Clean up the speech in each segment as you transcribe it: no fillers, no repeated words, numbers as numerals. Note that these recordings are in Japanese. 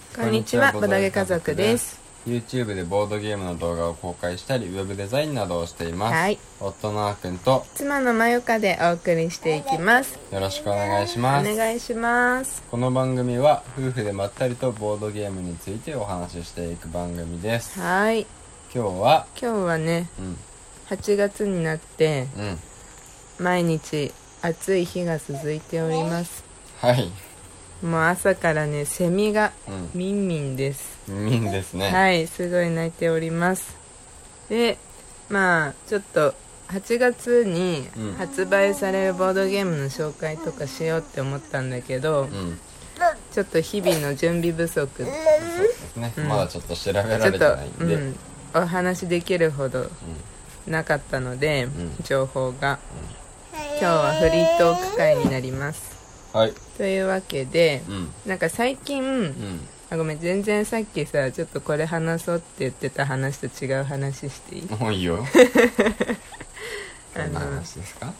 こんにちは、ボドゲ家族です。 YouTube でボードゲームの動画を公開したりウェブデザインなどをしています、 はい、 夫のあーくんと妻のまゆかでお送りしていきます。 よろしくお願いします。 お願いします。 この番組は夫婦でまったりとボードゲームについてお話ししていく番組です。 はい、 今日はね、8月になって、毎日暑い日が続いております。 はい、 もう朝からね、セミがミンミンです。 ミンですね。 はい、すごい鳴いております。で、まあちょっと8月に発売されるボードゲームの紹介とかしようって思ったんだけど、ちょっと日々の準備不足、そうですね、まだちょっと調べられてないんで、 お話できるほどなかったので、情報が、今日はフリートーク会になります。 はい、 というわけで、なんか最近、ごめん、全然さっきさ、ちょっとこれ話そうって言ってた話と違う話していい？ もういいよ。どんな話ですか？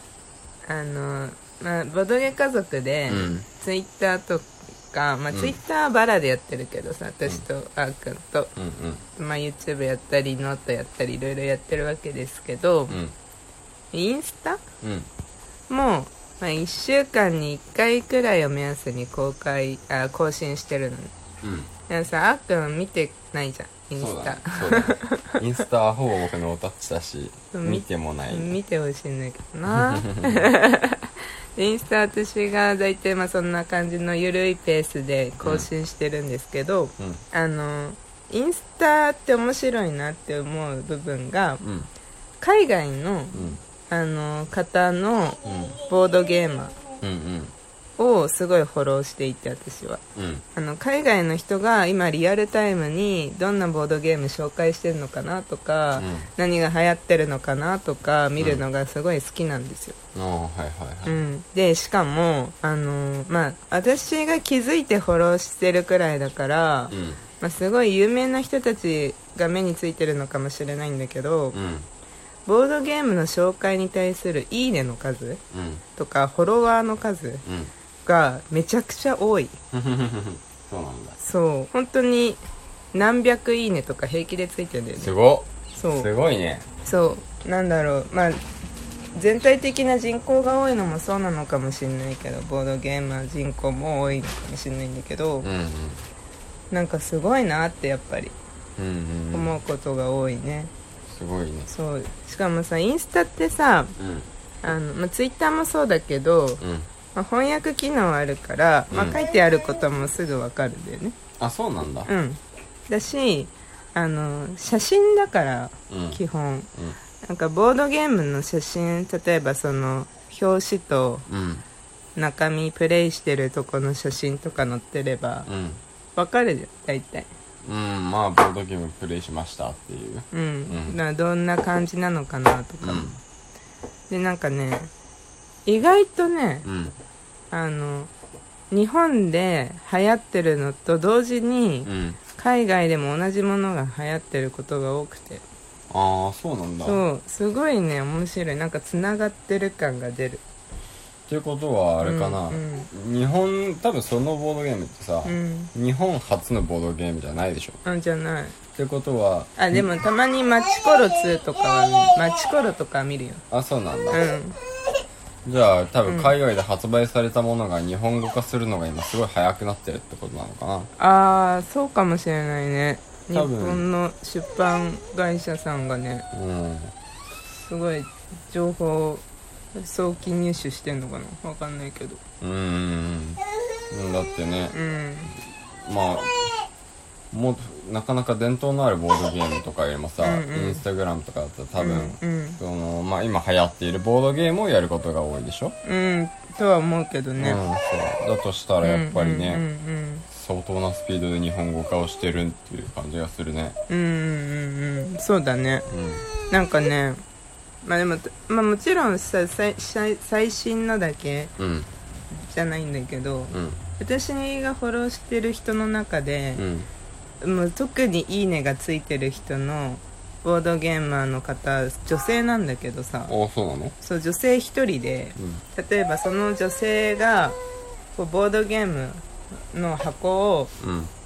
ボドゲ家族で、ツイッターとか、ツイッターはバラでやってるけどさ、私とあーくんと、YouTube やったりノートやったりいろいろやってるわけですけど、インスタ、もう1週間に1回くらいを目安に更新してるの。でもさ、あーくん見てないじゃん、インスタ。 そうだインスタはほぼ僕のおタッチだし見てもない。 見てほしいんだけどな。インスタ私が大体そんな感じの緩いペースで更新してるんですけど、インスタって面白いなって思う部分が、海外の、方のボードゲーマーをすごいフォローしていて、私は、海外の人が今リアルタイムにどんなボードゲーム紹介してるのかなとか、何が流行ってるのかなとか見るのがすごい好きなんですよ。でしかも私が気づいてフォローしてるくらいだから、すごい有名な人たちが目についてるのかもしれないんだけど、ボードゲームの紹介に対するいいねの数、とかフォロワーの数がめちゃくちゃ多い。 そうなんだ。 そう、本当に何百いいねとか平気でついてるんだよね。 すごいね。そう、 なんだろう、全体的な人口が多いのもそうなのかもしれないけど、ボードゲームの人口も多いのかもしれないんだけど、なんかすごいなってやっぱり思うことが多いね。 すごいね。 そう、しかもさ、インスタってさ、ツイッターもそうだけど、翻訳機能あるから、書いてあることもすぐ分かるんだよね。 あ、そうなんだ。 だし、写真だから、基本、なんかボードゲームの写真、例えばその表紙と中身、プレイしてるとこの写真とか載ってれば分かるじゃん、大体。 ボードゲームプレイしましたっていう。 だからどんな感じなのかなとか、でなんかね、意外とね、日本で流行ってるのと同時に、海外でも同じものが流行ってることが多くて。 ああ、そうなんだ。 そう、すごいね、面白い。なんかつながってる感が出る。 っていうことはあれかな、日本、多分そのボードゲームってさ、日本初のボードゲームじゃないでしょ。 じゃない。 ってことは、 でもたまにマチコロ2とかはマチコロとか見るよ。 あ、そうなんだ。じゃあ多分海外で発売されたものが日本語化するのが今すごい早くなってるってことなのかな。 そうかもしれないね。日本の出版会社さんがね、すごい情報を早期入手してんのかな、わかんないけど。 だってね、もうなかなか伝統のあるボードゲームとかよりもさ、インスタグラムとかだと多分、今流行っているボードゲームをやることが多いでしょ。 とは思うけどね。 そうだとしたらやっぱりね、相当なスピードで日本語化をしてるっていう感じがするね。 そうだね。なんかね、でも、もちろんさ、最新のだけじゃないんだけど、私がフォローしてる人の中で、もう特にいいねがついてる人のボードゲーマーの方、女性なんだけどさ。 そうなの？ そう、女性一人で、例えばその女性がこうボードゲームの箱を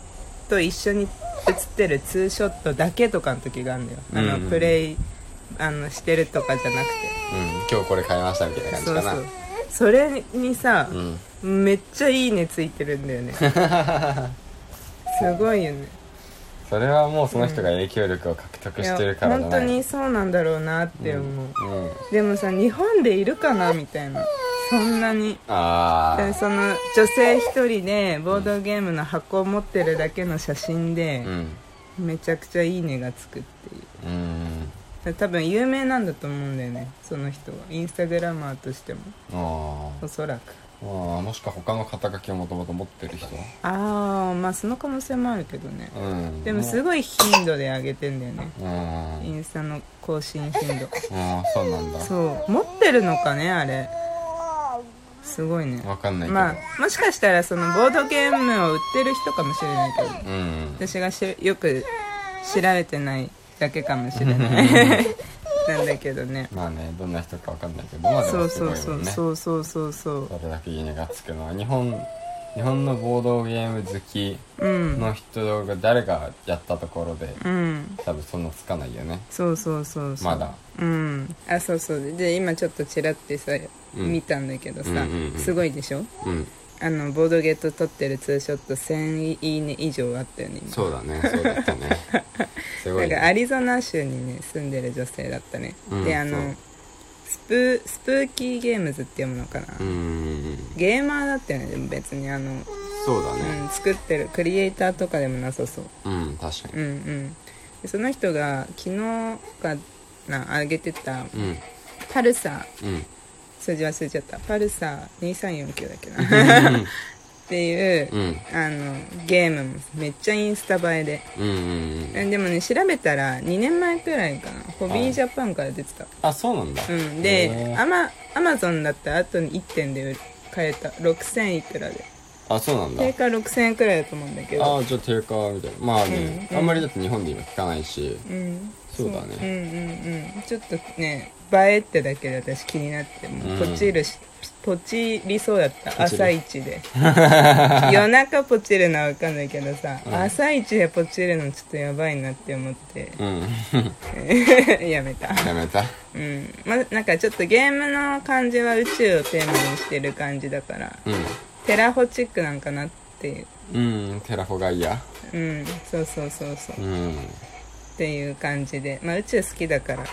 と一緒に写ってるツーショットだけとかの時があるんだよ、 うんうん、 プレイしてるとかじゃなくて、 今日これ買いましたみたいな感じかな。 そうそう、それにさ、めっちゃいいねついてるんだよねすごいよね。 それはもうその人が影響力を獲得してるからじゃない？ 本当にそうなんだろうなって思う、でもさ、日本でいるかなみたいな、そんなに。でその女性一人でボードゲームの箱を持ってるだけの写真で、めちゃくちゃいいねがつくっていう、多分有名なんだと思うんだよね、その人は。インスタグラマーとしてもおそらく。 もしくは他の肩書きをもともと持ってる人。 まあその可能性もあるけどね、でもすごい頻度で上げてんだよね、インスタの更新頻度。 そうなんだ。 そう持ってるのかね、あれ。すごいね。 分かんないけど、 もしかしたらそのボードゲームを売ってる人かもしれないけど、私がよく調べてないだけかもしれないなんだけどね。 まあね、どんな人か分かんないけど、まあでもすごいよね。 そうそれだけいいねがつくのは日本のボードゲーム好きの人が誰がやったところで、多分そんなつかないよね。 そうまだ。 そうで、今ちょっとチラってさ、見たんだけどさ、すごいでしょ。ボードゲート撮ってるツーショット1000いいね以上あったよね。 そうだね、そうだったねすごいね。 なんかアリゾナ州にね住んでる女性だったね、でスプーキーゲームズって読むのかな、ゲーマーだったよね。でも別にそうだね、 作ってるクリエイターとかでもなさそう。 確かに。 でその人が昨日かな上げてた、パルサー、数字忘れちゃった、パルサー2349だっけなっていう、ゲームもめっちゃインスタ映えで、でもね調べたら2年前くらいかな、ホビージャパンから出てた。 そうなんだ。 でアマゾンだったらあと1点で買えた、6000いくらで。 そうなんだ。 定価6000円くらいだと思うんだけど。 じゃあ定価みたいな。まあね、あんまりだって日本で今聞かないし、そうだね。 ちょっとね映えってだけで私気になって、もうポチりそうだった。朝一で夜中ポチるのは分かんないけどさ、朝一でポチるのちょっとやばいなって思ってやめた。なんかちょっとゲームの感じは宇宙をテーマにしてる感じだから、テラホチックなんかなっていう。 テラフォガイア。 そうっていう感じで、宇宙好きだから。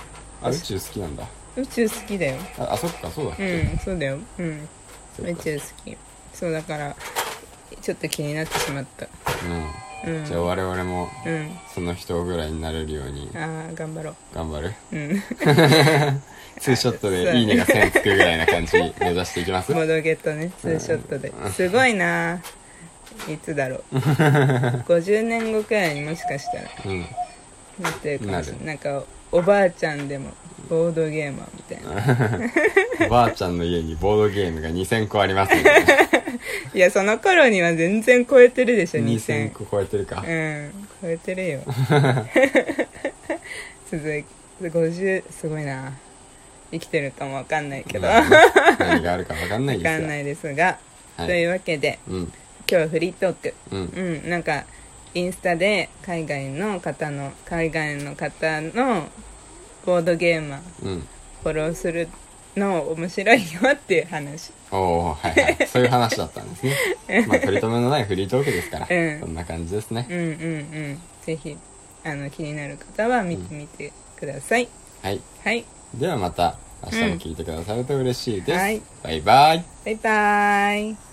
宇宙好きなんだ。 宇宙好きだよ。 そっか、そうだっけ。 そうだよ。宇宙好き。そうだからちょっと気になってしまった。じゃあ我々もその人ぐらいになれるように頑張ろう。 頑張る。ツーショットでいいねが1000つくぐらいな感じ目指していきます。 ボードゲットね、ツーショットで。すごいな。いつだろう50年後くらいにもしかしたらなってるかもしれない。なんかおばあちゃんでもボードゲーマーみたいなおばあちゃんの家にボードゲームが2000個ありますみたいな。 いやその頃には全然超えてるでしょ。 2000個超えてるか。 超えてるよ続いて50、すごいな。生きてるかもわかんないけど何があるかわかんないですよ。 わかんないですが、というわけで、今日はフリートーク、なんかインスタで海外の方のボードゲーマー、フォローするの面白いよっていう話。 そういう話だったんですね取り留めのないフリートークですから、そんな感じですね。 ぜひ気になる方は見てみてください。 ではまた明日も聞いてくださると嬉しいです。バイバイ。 バイバイ。